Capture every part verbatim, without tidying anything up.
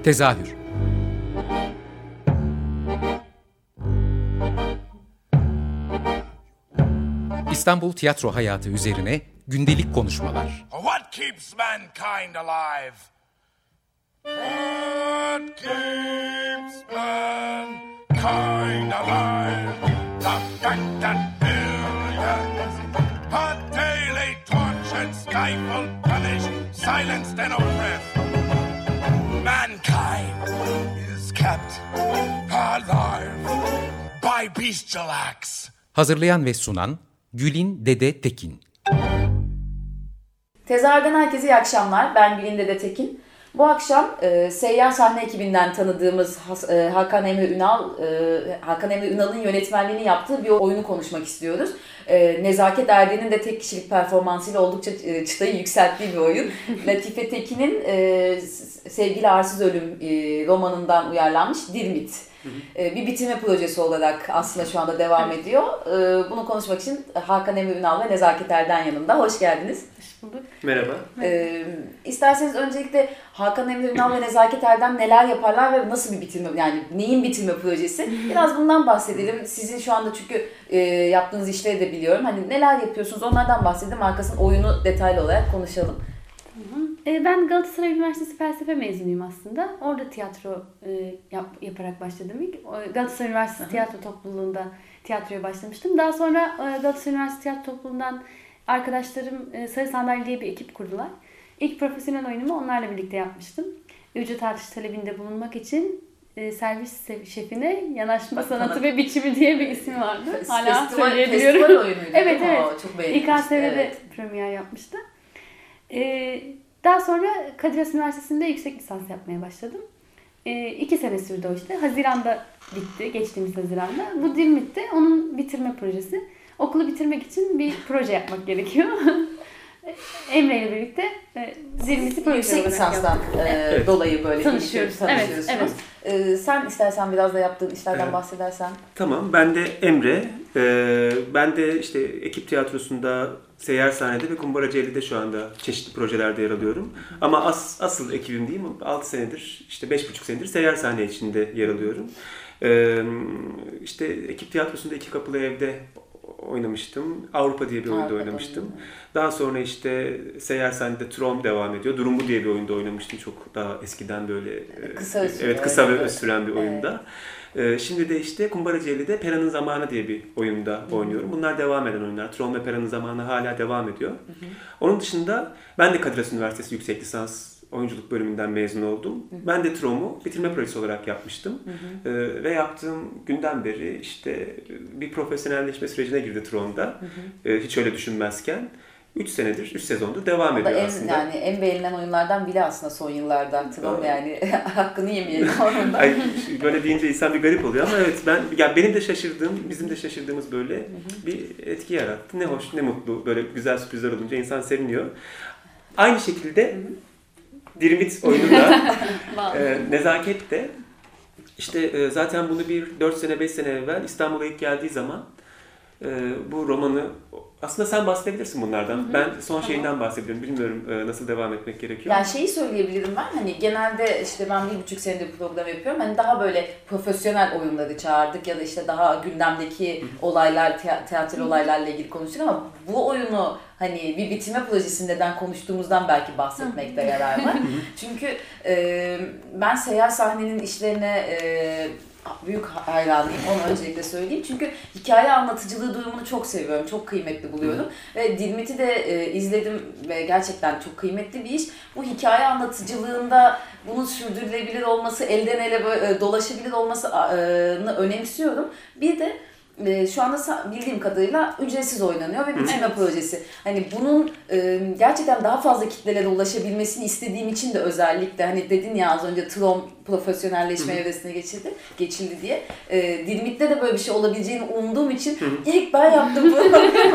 Tezahür. İstanbul tiyatro hayatı üzerine gündelik konuşmalar. What keeps mankind alive? What keeps mankind alive? The fact that billions are daily tortured, stifled, punished, silenced and oppressed. Mankind is kept alive by bestial acts. Hazırlayan ve sunan Gülin Dede Tekin. Tezahürden herkese iyi akşamlar. Ben Gülin Dede Tekin. Bu akşam e, Seyyar Sahne ekibinden tanıdığımız Has, e, Hakan Emre Ünal, e, Hakan Emre Ünal'ın yönetmenliğini yaptığı bir oyunu konuşmak istiyoruz. E, Nezaket Erden'in de tek kişilik performansıyla oldukça e, çıtayı yükselttiği bir oyun. Latife Tekin'in e, Sevgili Arsız Ölüm e, romanından uyarlanmış Dirmit. E, bir bitirme projesi olarak aslında şu anda devam ediyor. E, bunu konuşmak için Hakan Emre Ünal ve Nezaket Erden yanımda. Hoş geldiniz. Hoş bulduk. Merhaba. E, isterseniz öncelikle Hakan Emre Ünal ve Nezaket Erden neler yaparlar ve nasıl bir bitirme, yani neyin bitirme projesi? Biraz bundan bahsedelim. Sizin şu anda çünkü e, yaptığınız işleri de biliyorum. Hani neler yapıyorsunuz, onlardan bahsedelim. Arkasından oyunu detaylı olarak konuşalım. Ben Galatasaray Üniversitesi felsefe mezunuyum aslında. Orada tiyatro yap, yaparak başladım ilk. Galatasaray Üniversitesi Aha. Tiyatro Topluluğu'nda tiyatroya başlamıştım. Daha sonra Galatasaray Üniversitesi Tiyatro Topluluğu'ndan arkadaşlarım Sarı Sandalye diye bir ekip kurdular. İlk profesyonel oyunumu onlarla birlikte yapmıştım. Ücret artış talebinde bulunmak için servis şefine yanaşma sanatı ve biçimi diye bir ismi vardı. Hala festival, söyleyebiliyorum. Festival oyunuydu. Evet evet. O, çok beğenmiştim. İ K S V'de evet. premier yapmıştı. Ee, daha sonra Kadir Has Üniversitesi'nde yüksek lisans yapmaya başladım. Ee, iki sene sürdü o işte. Haziran'da bitti, geçtiğimiz Haziran'da. Bu Dirmit'te onun bitirme projesi. Okulu bitirmek için bir proje yapmak gerekiyor. Emre ile birlikte e, Dirmit'i proje yüksek olarak lisanstan e, evet. dolayı böyle tanışıyoruz. tanışıyorsunuz. Evet, evet. E, sen istersen biraz da yaptığın işlerden evet. bahsedersen. Tamam, ben de Emre. Ee, ben de işte ekip tiyatrosunda, Seyyar Sahne'de ve Kumbaracıeli'de şu anda çeşitli projelerde yer alıyorum. Hı hı. Ama as, asıl ekibim diyeyim, altı senedir, işte beş buçuk senedir Seyyar Sahne içinde yer alıyorum. Ee, işte ekip tiyatrosunda İki Kapılı Ev'de oynamıştım. Avrupa diye bir oyunda Avrupa oynamıştım. Oyunu. Daha sonra işte Seyyar Sahne'de Trom devam ediyor. Durum Bu diye bir oyunda oynamıştım. Çok daha eskiden böyle kısa e, evet kısa ve öz süren bir oyunda. Evet. Şimdi de işte Kumbaracıeli'de Pera'nın Zamanı diye bir oyunda Hı-hı. oynuyorum. Bunlar devam eden oyunlar. Tron ve Pera'nın Zamanı hala devam ediyor. Hı-hı. Onun dışında ben de Kadir Has Üniversitesi yüksek lisans oyunculuk bölümünden mezun oldum. Hı-hı. Ben de Tron'u bitirme projesi olarak yapmıştım. Ee, ve yaptığım günden beri işte bir profesyonelleşme sürecine girdi Tron'da. Ee, hiç öyle düşünmezken. üç senedir, üç sezondur devam ediyor en, aslında. Yani en beğenilen oyunlardan biri aslında son yıllardan Tron, yani hakkını yemeyelim onunla. Ay, böyle deyince insan bir garip oluyor ama evet, ben yani benim de şaşırdığım, bizim de şaşırdığımız böyle hı hı. bir etki yarattı. Ne hoş, ne mutlu, böyle güzel sürprizler olunca insan seviniyor. Aynı şekilde hı hı. Dirmit oyununda e, Nezaket de işte e, zaten bunu bir dört sene beş sene evvel İstanbul'a ilk geldiği zaman e, bu romanı aslında sen bahsedebilirsin bunlardan. Hı hı. Ben son tamam. şeyinden bahsediyorum. Bilmiyorum e, nasıl devam etmek gerekiyor. Yani şeyi söyleyebilirim ben. Hani genelde işte ben bir buçuk senedir program yapıyorum. Hani daha böyle profesyonel oyunları çağırdık ya da işte daha gündemdeki hı hı. olaylar, tiyatro olaylarla ilgili konuştuk ama bu oyunu hani bir bitirme projesinden konuştuğumuzdan belki bahsetmekte yarar var. Çünkü e, ben Seyyar Sahne'nin işlerine e, büyük hayranıyım, onu öncelikle söyleyeyim. Çünkü hikaye anlatıcılığı durumunu çok seviyorum, çok kıymetli buluyorum. Hı. Ve Dirmit'i de e, izledim ve gerçekten çok kıymetli bir iş. Bu hikaye anlatıcılığında bunun sürdürülebilir olması, elden ele böyle, e, dolaşabilir olmasını önemsiyorum. Bir de e, şu anda bildiğim kadarıyla ücretsiz oynanıyor ve bitirme evet. projesi. Hani bunun e, gerçekten daha fazla kitlelere ulaşabilmesini istediğim için de özellikle hani dedin ya az önce Tron profesyonelleşme Hı-hı. evresine geçildi, geçildi diye. E, Dirmit'te de böyle bir şey olabileceğini umduğum için Hı-hı. ilk ben yaptım bunu.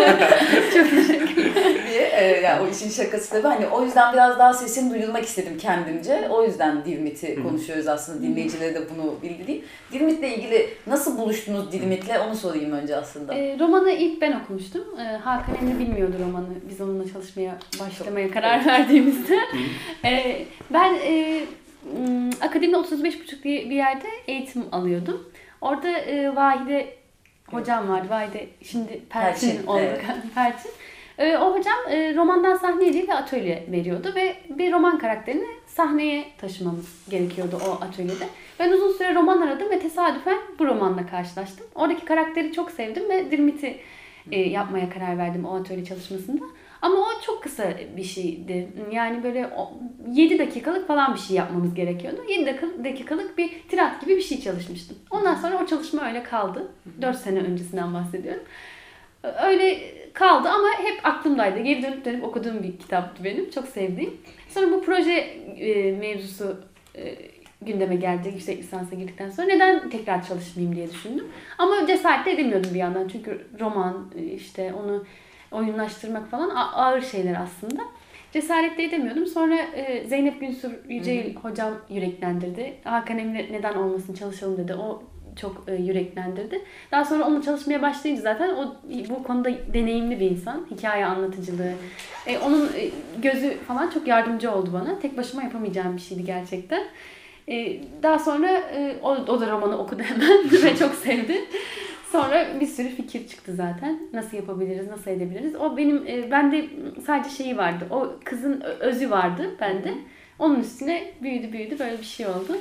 Çok teşekkür diye. E, yani o işin şakası tabii. Hani o yüzden biraz daha sesini duyurmak istedim kendimce. O yüzden Dirmit'i Hı-hı. konuşuyoruz aslında. Dinleyicilere de bunu bildireyim. Dirmit'le ilgili nasıl buluştunuz Dirmit'le onu sorayım önce aslında. E, romanı ilk ben okumuştum. E, Hakan Emre bilmiyordu romanı. Biz onunla çalışmaya başlamaya Çok, karar evet. verdiğimizde. e, ben e, Akademi otuz beş buçuk diye bir yerde eğitim alıyordum. Orada e, Vahide hocam vardı. Vahide şimdi Perçin, Perçin oldu. Evet. Perçin. E, o hocam e, romandan sahneye diye bir atölye veriyordu ve bir roman karakterini sahneye taşımamız gerekiyordu o atölyede. Ben uzun süre roman aradım ve tesadüfen bu romanla karşılaştım. Oradaki karakteri çok sevdim ve Dirmit'i e, yapmaya karar verdim o atölye çalışmasında. Ama o çok kısa bir şeydi. Yani böyle yedi dakikalık falan bir şey yapmamız gerekiyordu. yedi dakikalık bir tirat gibi bir şey çalışmıştım. Ondan sonra o çalışma öyle kaldı. dört sene öncesinden bahsediyorum. Öyle kaldı ama hep aklımdaydı. Geri dönüp dönüp okuduğum bir kitaptı benim. Çok sevdiğim. Sonra bu proje e, mevzusu e, gündeme geldi yüksek lisansa girdikten sonra. Neden tekrar çalışmayayım diye düşündüm. Ama cesaret de edemiyordum bir yandan. Çünkü roman, işte onu oyunlaştırmak falan ağır şeyler aslında. Cesaret de edemiyordum. Sonra e, Zeynep Günsur Yücel hocam yüreklendirdi. Hakan Emre neden olmasın çalışalım dedi. O çok e, yüreklendirdi. Daha sonra onunla çalışmaya başlayınca zaten o bu konuda deneyimli bir insan. Hikaye anlatıcılığı. E, onun e, gözü falan çok yardımcı oldu bana. Tek başıma yapamayacağım bir şeydi gerçekten. E, daha sonra e, o, o da romanı okudu hemen ve çok sevdi. Sonra bir sürü fikir çıktı zaten. Nasıl yapabiliriz, nasıl edebiliriz? O benim, e, bende sadece şeyi vardı. O kızın özü vardı bende. Onun üstüne büyüdü büyüdü böyle bir şey oldu.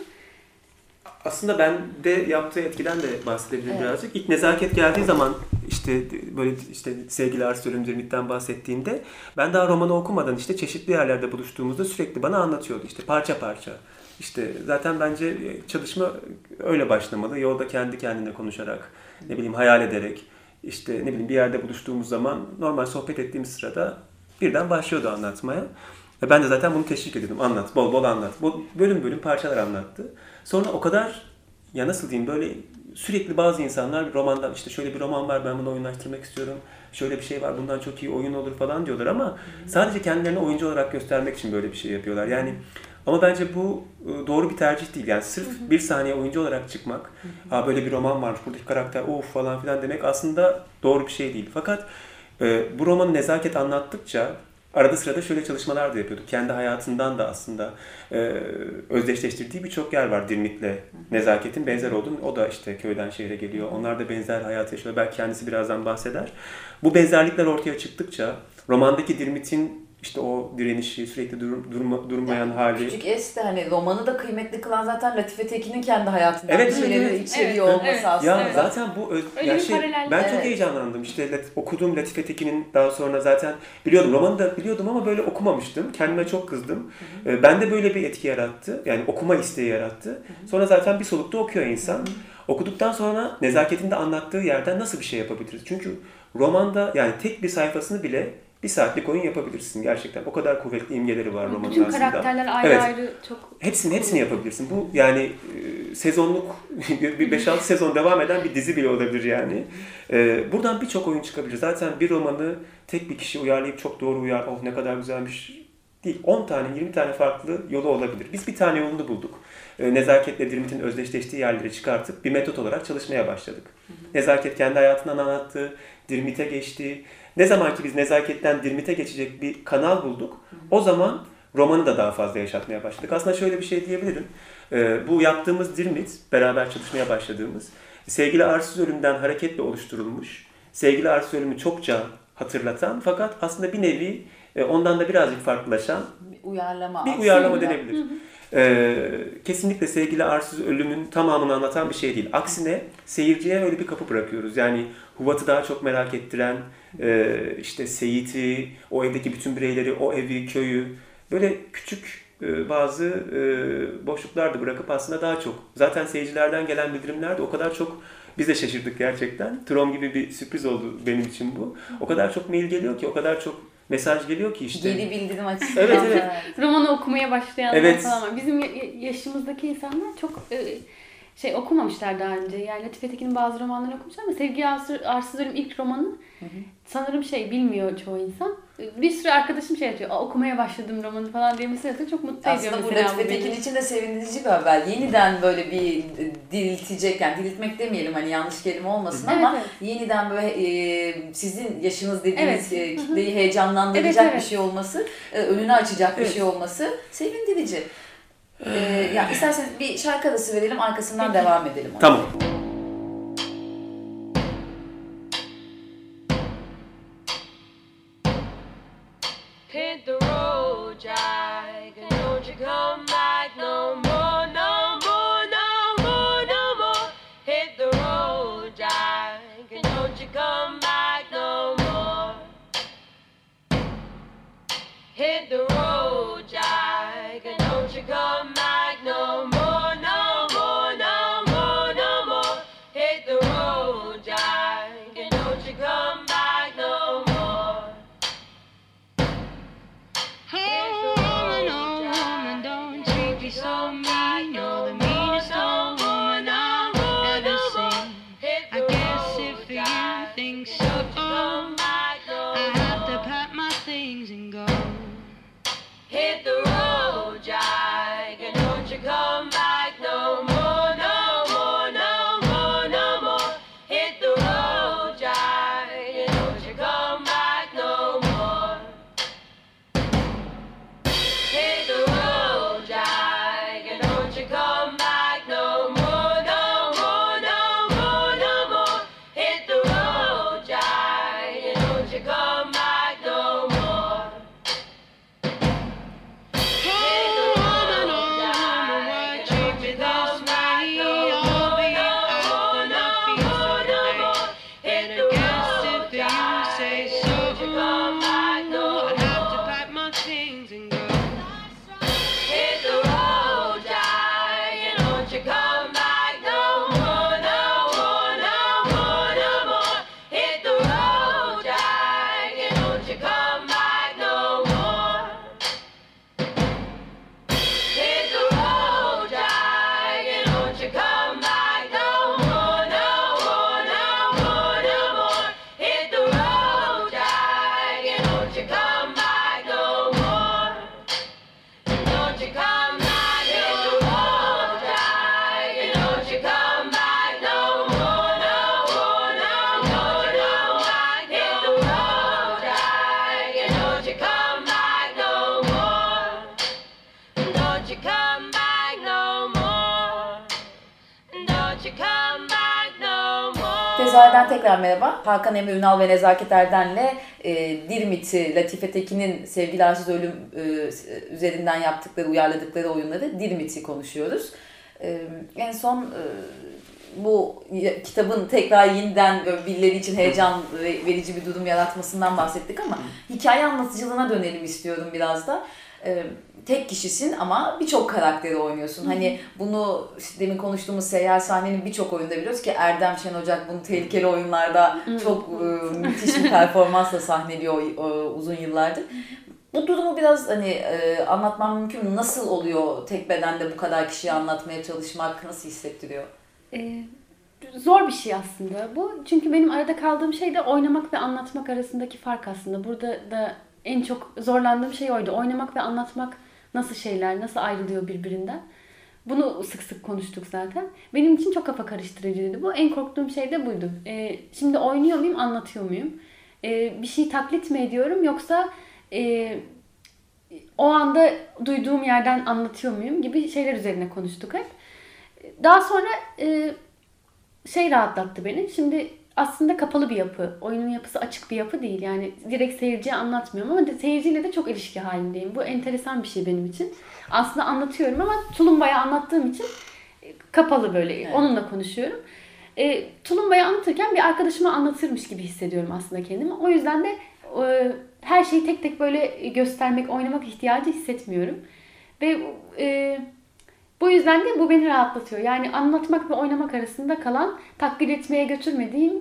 Aslında ben de yaptığı etkiden de bahsedebilirim evet. birazcık. İlk Nezaket geldiği zaman işte böyle işte sevgili Arsu Ölüm Dirmit'ten bahsettiğinde ben daha romanı okumadan işte çeşitli yerlerde buluştuğumuzda sürekli bana anlatıyordu işte parça parça. İşte zaten bence çalışma öyle başlamalı. Yolda kendi kendine konuşarak, ne bileyim hayal ederek, işte ne bileyim bir yerde buluştuğumuz zaman normal sohbet ettiğimiz sırada birden başlıyordu anlatmaya. Ve ben de zaten bunu teşvik ediyordum. Anlat, bol bol anlat. Bölüm bölüm parçalar anlattı. Sonra o kadar, ya nasıl diyeyim, böyle sürekli bazı insanlar bir romandan işte şöyle bir roman var ben bunu oyunlaştırmak istiyorum. Şöyle bir şey var bundan çok iyi oyun olur falan diyorlar ama sadece kendilerini oyuncu olarak göstermek için böyle bir şey yapıyorlar. Yani ama bence bu doğru bir tercih değil. Yani sırf bir saniye oyuncu olarak çıkmak, Aa, böyle bir roman varmış, buradaki karakter of falan filan demek aslında doğru bir şey değil. Fakat e, bu romanı Nezaket anlattıkça arada sırada şöyle çalışmalar da yapıyorduk. Kendi hayatından da aslında e, özdeşleştirdiği birçok yer var Dirmit'le Nezaket'in benzer olduğunu. O da işte köyden şehre geliyor. Onlar da benzer hayat yaşıyor. Belki kendisi birazdan bahseder. Bu benzerlikler ortaya çıktıkça romandaki Dirmit'in İşte o direnişi, sürekli dur, durma, durmayan yani, hali. Küçük Es de hani romanı da kıymetli kılan zaten Latife Tekin'in kendi hayatından evet, bir şeyleri evet, içeriyor evet, olması evet. aslında. Ya zaten bu öz, ya şey, ben evet. çok heyecanlandım. İşte lat, okuduğum Latife Tekin'in daha sonra zaten biliyordum, romanı da biliyordum ama böyle okumamıştım. Kendime çok kızdım. Hı hı. Ben de böyle bir etki yarattı. Yani okuma isteği yarattı. Hı hı. Sonra zaten bir solukta okuyor insan. Hı hı. Okuduktan sonra Nezaket'in de anlattığı yerden nasıl bir şey yapabiliriz? Çünkü romanda yani tek bir sayfasını bile bir saatlik oyun yapabilirsin gerçekten. O kadar kuvvetli imgeleri var romanın aslında. Bütün karakterler ayrı evet. ayrı çok... Hepsini, hepsini yapabilirsin. Bu yani e, sezonluk, bir beş altı sezon devam eden bir dizi bile olabilir yani. E, buradan birçok oyun çıkabilir. Zaten bir romanı tek bir kişi uyarlayıp çok doğru uyar, oh ne kadar güzelmiş değil. on tane, yirmi tane farklı yolu olabilir. Biz bir tane yolunu bulduk. E, Nezaketle Dirmit'in özdeşleştiği yerleri çıkartıp bir metot olarak çalışmaya başladık. Hı hı. Nezaket kendi hayatından anlattı, Dirmit'e geçti. Ne zaman ki biz Nezaket'ten Dirmit'e geçecek bir kanal bulduk, o zaman romanı da daha fazla yaşatmaya başladık. Aslında şöyle bir şey diyebilirim. Ee, bu yaptığımız Dirmit, beraber çalışmaya başladığımız, sevgili Arsız Ölüm'den hareketle oluşturulmuş, sevgili Arsız Ölüm'ü çokça hatırlatan fakat aslında bir nevi ondan da birazcık farklılaşan bir uyarlama, bir uyarlama denebilir. Hı hı. Ee, kesinlikle sevgili Arsız Ölüm'ün tamamını anlatan bir şey değil. Aksine seyirciye öyle bir kapı bırakıyoruz. Yani Huvat'ı daha çok merak ettiren, e, işte Seyit'i, o evdeki bütün bireyleri, o evi, köyü böyle küçük e, bazı e, boşluklar da bırakıp aslında daha çok. Zaten seyircilerden gelen bildirimler de o kadar çok, biz de şaşırdık gerçekten. Trom gibi bir sürpriz oldu benim için bu. O kadar çok mail geliyor ki, o kadar çok mesaj geliyor ki işte. Geri bildirim açısından. Evet, evet. Romanı okumaya başlayanlar evet. falan var. Bizim yaşımızdaki insanlar çok şey okumamışlar daha önce. Yani Latife Tekin'in bazı romanlarını okumuşlar ama Sevgi Arsız Ölüm ilk romanı hı hı. sanırım şey bilmiyor çoğu insan. Bir sürü arkadaşım şey yapıyor. Okumaya başladım romanı falan diye mesaj atıyor. Çok mutlu ediyor mesela. Aslında bu Latife Tekin için de sevindirici bir haber. Yeniden böyle bir diriltecek, yani diriltmek demeyelim hani yanlış kelime olmasın evet, ama evet. yeniden böyle e, sizin yaşınız dediğiniz evet. e, kitleyi heyecanlandıracak evet, evet. bir şey olması, e, önünü açacak evet. bir şey olması sevindirici. Ee, ya isterseniz bir şarkı arası verelim, arkasından devam edelim. Tamam. Hit the road, Jack, and don't you come back no more, no more, no more, no more. Hit the road, Jack, and don't you come back no more. Hit the road, Jack, and don't you come back no more, no more, no more, no more. Hit the road, Jack, and don't you come back no more. Oh, woman, oh, woman, don't treat me so mean. You're the meanest old woman I've ever seen. I guess if you think so, I have to pack my things and go. Hit the road, Jack, and don't you come back no more, no more, no more, no more. Hit the road, Jack, and don't you come back no more. Hit the road, Jack, and don't you come back no more, no more, no more, no more. Hit the road, Jack, and don't you come back no more. Oh, woman, oh, woman, why treat me this way? I'll be out when I feel so today. And I guess if you say so, I'd have to pack my things and go. Hit the road, Jack, and don't you come back no more, no more, no more, no more. Hit the road, Jack, and don't you come back no more. Hit the road, Jack, and don't you come back no more, no more, no more, no more. Hit the road, Jack, and don't you come back no more. Don't you come back, hit the road, Jack, and don't you come back no more, no more, no more, no more. Hit the road, Jack, and don't you come back no more. Don't you come back no more. Don't you come back no more. Tezahürden tekrar merhaba. Hakan Emre Ünal ve Nezaket Erden'le e, Dirmit'i, Latife Tekin'in Sevgili Arsız Ölüm e, üzerinden yaptıkları, uyarladıkları oyunları Dirmit'i konuşuyoruz. E, en son e, bu y- kitabın tekrar yeniden böyle birileri için heyecan verici bir durum yaratmasından bahsettik ama hikaye anlatıcılığına dönelim istiyorum biraz da. E, tek kişisin ama birçok karakteri oynuyorsun. Hani bunu işte demin konuştuğumuz Seyyar Sahne'nin birçok oyunda biliyoruz ki Erdem Şen Ocak bunu tehlikeli oyunlarda çok e, müthiş bir performansla sahneliyor e, uzun yıllardır. Bu durumu biraz hani e, anlatmam mümkün mü? Nasıl oluyor tek bedende bu kadar kişiyi anlatmaya çalışmak? Nasıl hissettiriyor? Ee, zor bir şey aslında bu. Çünkü benim arada kaldığım şey de oynamak ve anlatmak arasındaki fark aslında. Burada da en çok zorlandığım şey oydu. Oynamak ve anlatmak nasıl şeyler, nasıl ayrılıyor birbirinden. Bunu sık sık konuştuk zaten. Benim için çok kafa karıştırıcıydı bu. En korktuğum şey de buydu. Ee, şimdi oynuyor muyum, anlatıyor muyum? Ee, bir şey taklit mi ediyorum yoksa e, o anda duyduğum yerden anlatıyor muyum gibi şeyler üzerine konuştuk hep. Daha sonra e, şey rahatlattı beni. Şimdi aslında kapalı bir yapı. Oyunun yapısı açık bir yapı değil. Yani direkt seyirciye anlatmıyorum ama de, seyirciyle de çok ilişki halindeyim. Bu enteresan bir şey benim için. Aslında anlatıyorum ama Tulumba'ya anlattığım için kapalı böyle. Evet. Onunla konuşuyorum. E, Tulumba'yı anlatırken bir arkadaşıma anlatırmış gibi hissediyorum aslında kendimi. O yüzden de e, her şeyi tek tek böyle göstermek, oynamak ihtiyacı hissetmiyorum. Ve e, bu yüzden de bu beni rahatlatıyor. Yani anlatmak ve oynamak arasında kalan, taklit etmeye götürmediğim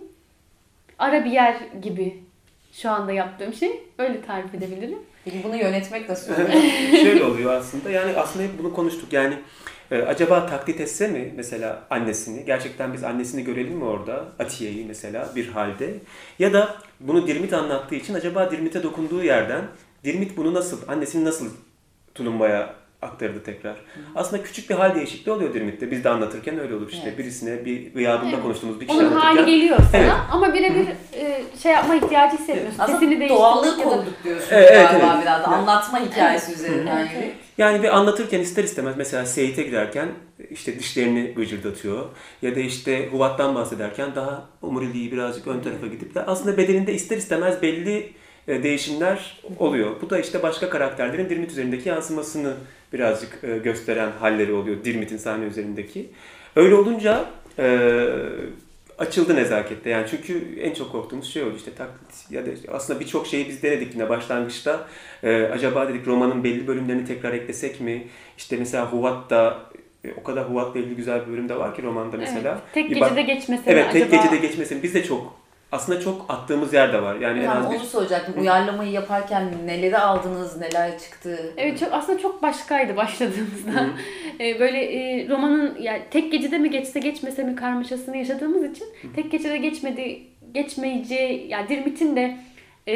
ara bir yer gibi şu anda yaptığım şey. Öyle tarif edebilirim. Peki bunu yönetmek nasıl oluyor? Şöyle oluyor aslında. Yani aslında hep bunu konuştuk. Yani e, acaba taklit etse mi mesela annesini? Gerçekten biz annesini görelim mi orada? Atiye'yi mesela bir halde. Ya da bunu Dirmit anlattığı için acaba Dirmit'e dokunduğu yerden Dirmit bunu nasıl, annesini nasıl Tulumba'ya aktarıldı tekrar. Aslında küçük bir hal değişikliği oluyor Dirmit'te. Biz de anlatırken öyle olur işte. Evet. Birisine bir gıyabında Evet. konuştuğumuz bir kişi Onun anlatırken. hali geliyor sana Evet. ama birebir e, şey yapma ihtiyacı hissetmiyorsun. Aslında Sesini doğallığı değiştirmek ya da koruduk diyorsunuz Evet, evet, galiba evet. biraz da. Anlatma hikayesi üzerinden Evet, yürüyüp. Yani bir anlatırken ister istemez mesela Seyit'e giderken işte dişlerini gıcırdatıyor ya da işte Huvat'tan bahsederken daha omuriliği birazcık ön tarafa gidip de aslında bedeninde ister istemez belli e, değişimler oluyor. Bu da işte başka karakterlerin Dirmit üzerindeki yansımasını birazcık e, gösteren halleri oluyor Dirmit'in sahne üzerindeki. Öyle olunca e, açıldı nezakette yani çünkü en çok korktuğumuz şey oldu işte taklit ya da aslında birçok şeyi biz denedik yine başlangıçta ee, acaba dedik romanın belli bölümlerini tekrar eklesek mi işte mesela Huvat'ta e, o kadar Huvat'la ilgili güzel bir bölüm de var ki romanda mesela. Evet, tek Bir gecede bak- geçmesi Evet mi tek acaba? gecede geçmesin biz de çok aslında çok attığımız yer de var yani en Tamam, az bir onu soracaktım. Uyarlamayı yaparken neleri aldınız, neler çıktı? Evet çok aslında çok başkaydı başladığımızda. Ee, böyle e, romanın yani tek gecede mi geçse geçmese mi karmaşasını yaşadığımız için tek gecede geçmedi geçmeyeceği yani Dirmit'in de e,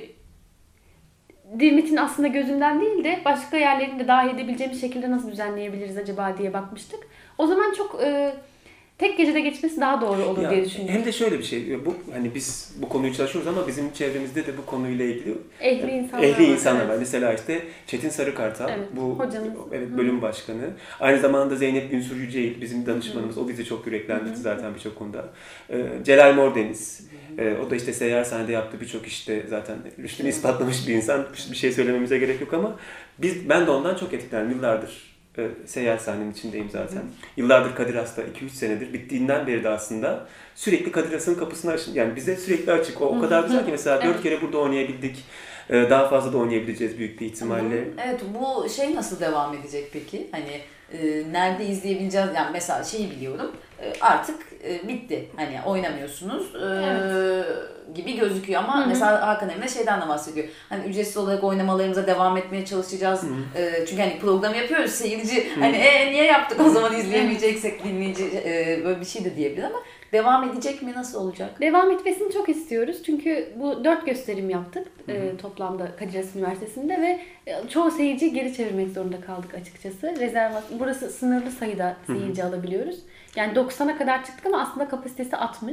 Dirmit'in aslında gözünden değil de başka yerlerini de dahil edebileceğimiz şekilde nasıl düzenleyebiliriz acaba diye bakmıştık. O zaman çok e, tek gecede geçmesi daha doğru olur Ya, diye düşündüm. hem de şöyle bir şey bu hani biz bu konuyu çalışıyoruz ama bizim çevremizde de bu konuyla ilgili Ehli insanlar ehli var, insanlar evet. var. Mesela işte Çetin Sarıkartal Evet, bu hocamız. evet bölüm başkanı. Aynı zamanda Zeynep Günsür Yücel bizim danışmanımız. O bizi çok yüreklendirdi zaten birçok konuda. Ee, Celal Mordeniz. Ee, o da işte seyyar sahnede yaptığı birçok işte zaten rüştünü ispatlamış bir insan. Bir şey söylememize gerek yok ama biz ben de ondan çok etkilendim yıllardır. E, seyyar sahnenin içindeyim zaten. Hı. Yıllardır Kadir Has'ta iki üç senedir bittiğinden beri de aslında sürekli Kadir Has'ın kapısını açın. Yani bize sürekli açık. O, o kadar güzel ki mesela dört kere burada oynayabildik. E, daha fazla da oynayabileceğiz büyük bir ihtimalle. Hı. Evet, bu şey nasıl devam edecek peki? Hani e, nerede izleyebileceğiz? Yani mesela şeyi biliyorum. E, artık e, bitti. Hani oynamıyorsunuz e, Evet. gibi gözüküyor ama Hı hı. mesela Hakan Emre şeyden de bahsediyor. Hani ücretsiz olarak oynamalarımıza devam etmeye çalışacağız. E, çünkü hani program yapıyoruz. Seyirci hani e, niye yaptık o zaman izleyemeyeceksek dinleyici e, böyle bir şey de diyebilir ama devam edecek mi? Nasıl olacak? Devam etmesini çok istiyoruz. Çünkü bu dört gösterim yaptık e, toplamda Kadir Has Üniversitesi'nde ve e, çoğu seyirciyi geri çevirmek zorunda kaldık açıkçası. Rezervasyon, burası sınırlı sayıda seyirci alabiliyoruz. Yani doksana kadar çıktık ama aslında kapasitesi altmış.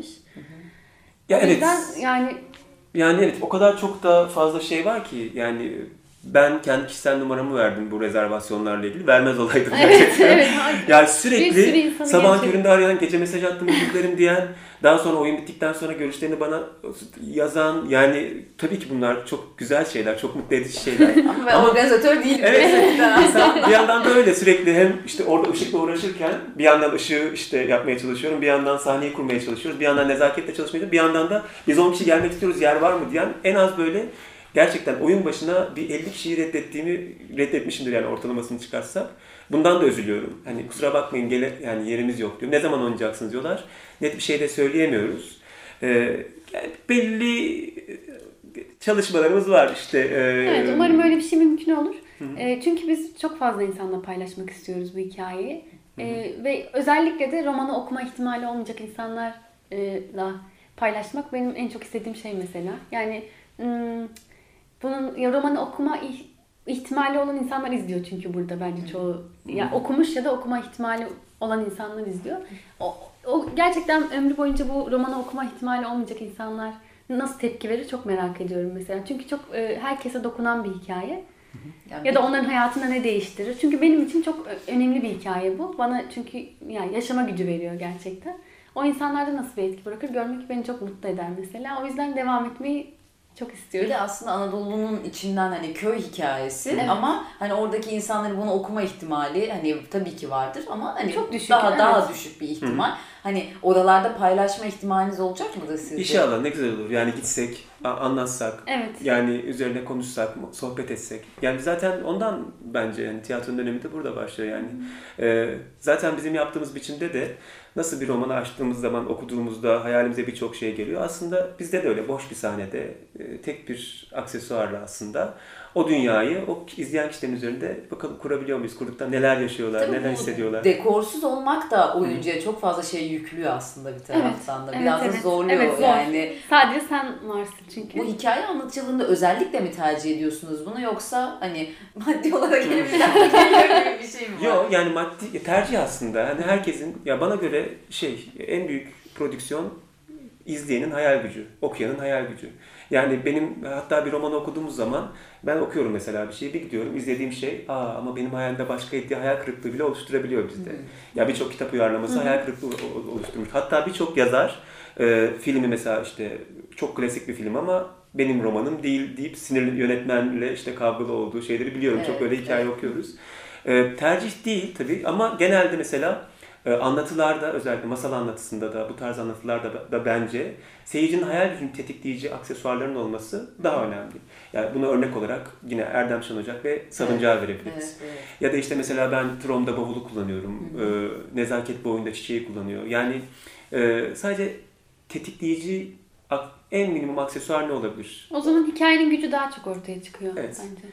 Ya O evet. yüzden yani Yani evet o kadar çok da fazla şey var ki yani ben kendi kişisel numaramı verdim bu rezervasyonlarla ilgili. Vermez olaydım evet, gerçekten. evet. Yani Bir sürü sürekli insanı sabah geçirdim. köründe arayan, gece mesaj attım özür diyen, daha sonra oyun bittikten sonra görüşlerini bana yazan yani tabii ki bunlar çok güzel şeyler, çok mutlu edici şeyler. Ama ben organizatör değilim. Evet, insan bir yandan da öyle sürekli hem işte orada ışıkla uğraşırken bir yandan ışığı işte yapmaya çalışıyorum, bir yandan sahneyi kurmaya çalışıyoruz, bir yandan nezaketle çalışmaya çalışıyoruz, bir yandan da biz on kişi gelmek istiyoruz, yer var mı diyen en az böyle gerçekten oyun başına bir elli kişiyi reddettiğimi reddetmişimdir yani ortalamasını çıkarsak. Bundan da üzülüyorum. Hani kusura bakmayın gele, yani yerimiz yok diyor. Ne zaman oynayacaksınız diyorlar. Net bir şey de söyleyemiyoruz. Ee, yani belli çalışmalarımız var işte. Ee, evet, umarım öyle bir şey mümkün olur. E, çünkü biz çok fazla insanla paylaşmak istiyoruz bu hikayeyi. E, ve özellikle de romanı okuma ihtimali olmayacak insanlarla paylaşmak benim en çok istediğim şey mesela. Yani hmm, bunun ya romanı okuma ih- ihtimali olan insanlar izliyor çünkü burada bence çoğu ya okumuş ya da okuma ihtimali olan insanlar izliyor. O, o gerçekten ömrü boyunca bu romanı okuma ihtimali olmayacak insanlar nasıl tepki verir çok merak ediyorum mesela. Çünkü çok e, herkese dokunan bir hikaye. Yani Ya da onların hayatında ne değiştirir? Çünkü benim için çok önemli bir hikaye bu. Bana çünkü yani yaşama gücü veriyor gerçekten. O insanlarda nasıl bir etki bırakır görmek beni çok mutlu eder mesela. O yüzden devam etmeyi çok Bir istiyorum. de aslında Anadolu'nun içinden hani köy hikayesi Evet. ama hani oradaki insanların bunu okuma ihtimali hani tabii ki vardır ama hani Çok düşük, daha evet. daha düşük bir ihtimal. Hani oralarda paylaşma ihtimaliniz olacak mıdır sizce? İnşallah ne güzel olur. Yani gitsek, a- anlatsak, Evet. yani üzerine konuşsak, sohbet etsek. Yani zaten ondan bence yani tiyatronun önemi de burada başlıyor yani. Ee, zaten bizim yaptığımız biçimde de nasıl bir romanı açtığımız zaman okuduğumuzda hayalimize birçok şey geliyor. Aslında bizde de öyle boş bir sahnede e, tek bir aksesuarla aslında o dünyayı o izleyen kişilerin üzerinde bakalım kurabiliyor muyuz? Kurduktan neler yaşıyorlar, Tabii neler bu hissediyorlar. Dekorsuz olmak da oyuncuya çok fazla şey yüklüyor aslında bir taraftan da. Evet, Biraz evet. da zorluyor Evet, zor. yani. Sadece sen varsın. çünkü. Bu hikaye anlatıcılığında özellikle mi tercih ediyorsunuz bunu, yoksa hani maddi olarak elimizden geliyor gibi bir şey mi var? Yok yani maddi tercih aslında. Yani herkesin, ya bana göre şey, en büyük prodüksiyon izleyenin hayal gücü, okuyanın hayal gücü. Yani benim hatta bir roman okuduğumuz zaman ben okuyorum mesela bir şeyi, bir gidiyorum izlediğim şey aa ama benim hayalimde başkaydı diye hayal kırıklığı bile oluşturabiliyor bizde. Hmm. Ya birçok kitap uyarlaması hmm. hayal kırıklığı oluşturmuş. Hatta birçok yazar e, filmi mesela işte çok klasik bir film ama benim romanım değil deyip sinirli yönetmenle işte kavgalı olduğu şeyleri biliyorum. Evet, çok böyle hikaye evet. okuyoruz. E, tercih değil tabii ama genelde mesela anlatılarda, özellikle masal anlatısında da, bu tarz anlatılarda da, da bence seyircinin hayal gücünü tetikleyici aksesuarların olması daha önemli. Yani buna örnek olarak yine Erdem Şan Ocak ve Salıncağı evet. verebiliriz. Evet, evet. Ya da işte mesela ben Trom'da bavulu kullanıyorum, hı hı. E, Nezaket Boyunda çiçeği kullanıyor. Yani e, sadece tetikleyici en minimum aksesuar ne olabilir? O zaman hikayenin gücü daha çok ortaya çıkıyor evet. bence.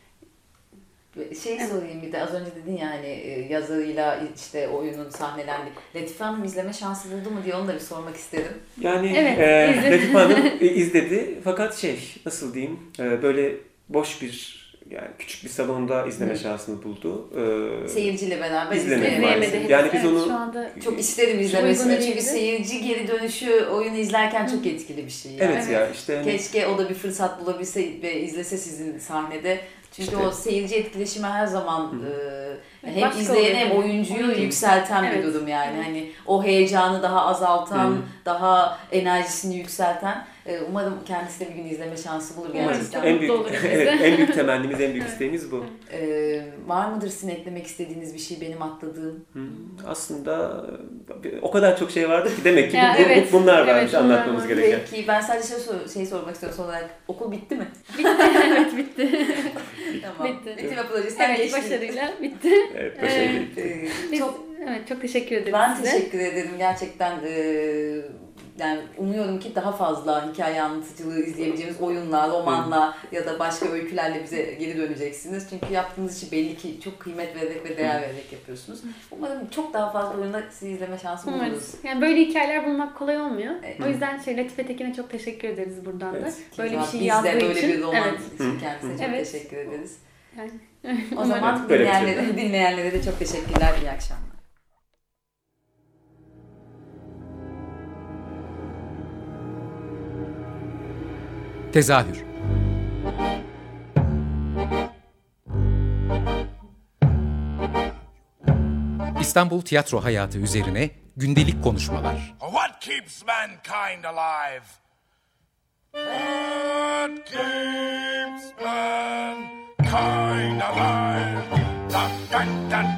Şey evet. sorayım bir de, az önce dedin ya hani yazarıyla işte oyunun sahnelendi. Latife Hanım izleme şansı buldu mu diye onu da bir sormak istedim. Yani evet, e, Latife Hanım izledi fakat şey nasıl diyeyim e, böyle boş bir yani küçük bir salonda izleme Hı. şansını buldu. Ee, Seyirciyle beraber izleyemedi. Yani biz evet, onu şu anda çok istedim izlemesini çünkü seyirci geri dönüşü oyunu izlerken Hı. çok etkili bir şey. Yani. Evet, evet ya işte. Hani... Keşke o da bir fırsat bulabilse ve izlese sizin sahnede. Çünkü işte. O seyirci etkileşimi her zaman e, hem Başka izleyen hem oyuncuyu oyuncu. yükselten evet. bir durum yani. Evet. Hani o heyecanı daha azaltan, Hı. daha enerjisini yükselten. Umarım kendisi de bir gün izleme şansı bulur gerçekten. En büyük, evet, en büyük temennimiz, en büyük isteğimiz bu. Ee, var mıdır sizin eklemek istediğiniz bir şey benim atladığım? Hmm, aslında o kadar çok şey vardı ki demek ki ya, bu, evet, bu, bunlar varmış evet, anlatmamız var. gereken. Peki ben sadece şey, sor- şey sormak istiyorum son olarak. Okul bitti mi? Bitti, evet bitti. Tamam. Bitti. Bitirme projesi evet, geçti. başarıyla bitti. Evet, başarıyla bitti. Biz, çok, evet, çok teşekkür ederim ben size. Ben teşekkür ederim gerçekten. E, Yani umuyorum ki daha fazla hikaye anlatıcılığı izleyebileceğimiz oyunlar, romanlar Hı. ya da başka öykülerle bize geri döneceksiniz. Çünkü yaptığınız işi belli ki çok kıymet vererek ve değer vererek yapıyorsunuz. Umarım çok daha fazla oyunda sizi izleme şansı buluruz. Umarız. Yani böyle hikayeler bulmak kolay olmuyor. Evet. O yüzden şey, Latife Tekin'e çok teşekkür ederiz buradan evet. da. Böyle bir şey yazdığı için. Biz de böyle bir roman evet. için kendisine çok evet. teşekkür ederiz. Yani. O zaman evet, dinleyenlere, dinleyenlere de çok teşekkürler. İyi akşamlar. Tezahür. İstanbul tiyatro hayatı üzerine gündelik konuşmalar. What keeps mankind alive? What keeps mankind alive? Dun, dun, dun.